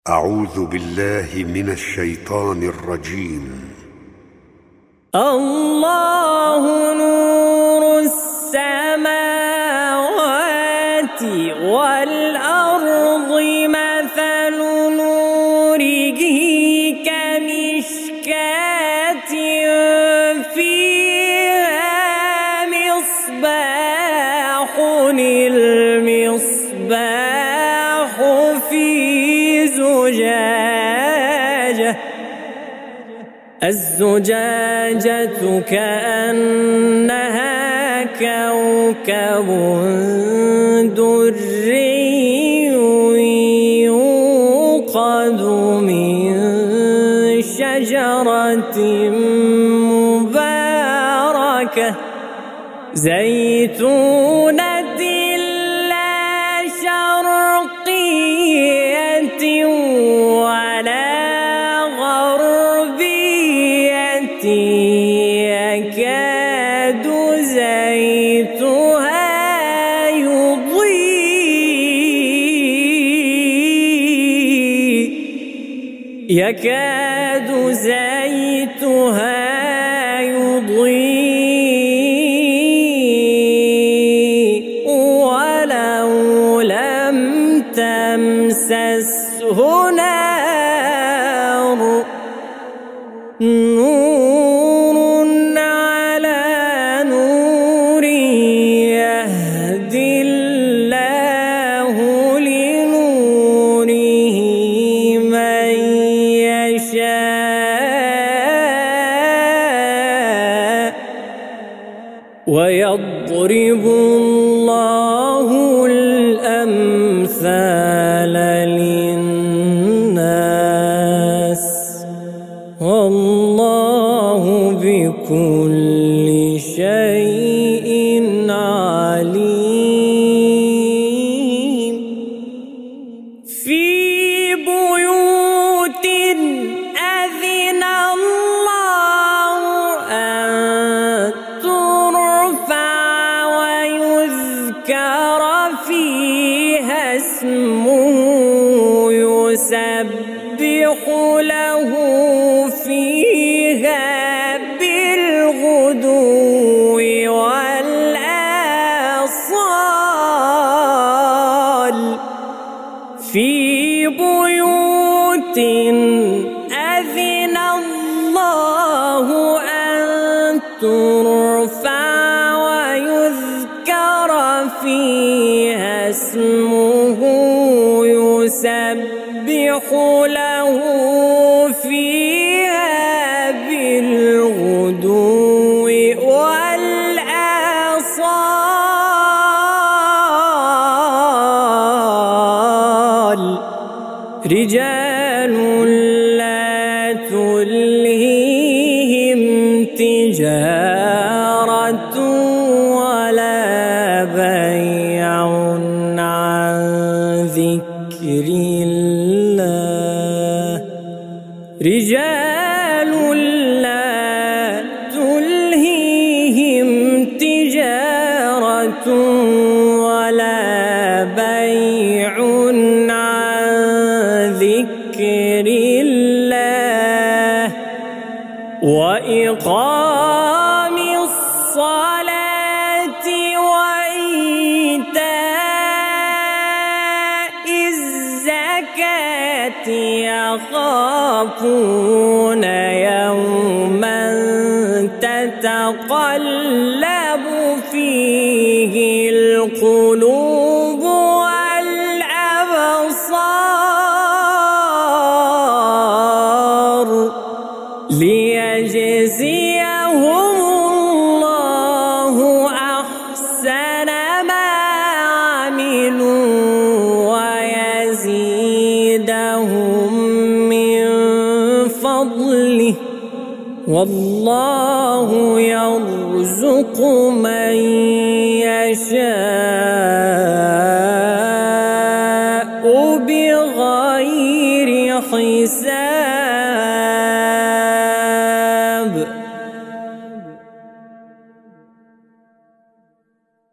أعوذ بالله من الشيطان الرجيم. الله نور السماوات والأرض مثل نوره كمشكاة فيها مصباح المصباح في زجاجة الزجاجة كأنها كوكب دري يوقد من شجرة مباركة زيتونة لا شرقية ولا غربية يكاد زيتها يضيء ولو لم تمسسه نار نور على نور يهدي الله لنوره من يشاء ويضرب الله الأمثال للناس والله بكل شيء عليم. في بيوت أذن الله أن ترفع ويذكر فيها اسمه يسبح له فيها بالغدو والآصال. في بيوت أذن الله أن ترفع ويذكر فيها اسمه يسبح له فيها بالغدو والآصال. رجال لا تلهيهم تجارة ولا بيع عن ذكر الله. رجال لا تلهيهم تجارة ولا بيع عن ذكر الله وإقام الصلاة وإيتاء الزكاة يخافون يوما تتقلب فيه القلوب والأبصار. ليجزيهم الله أحسن ما عملوا ويزيدهم من فضله والله يرزق من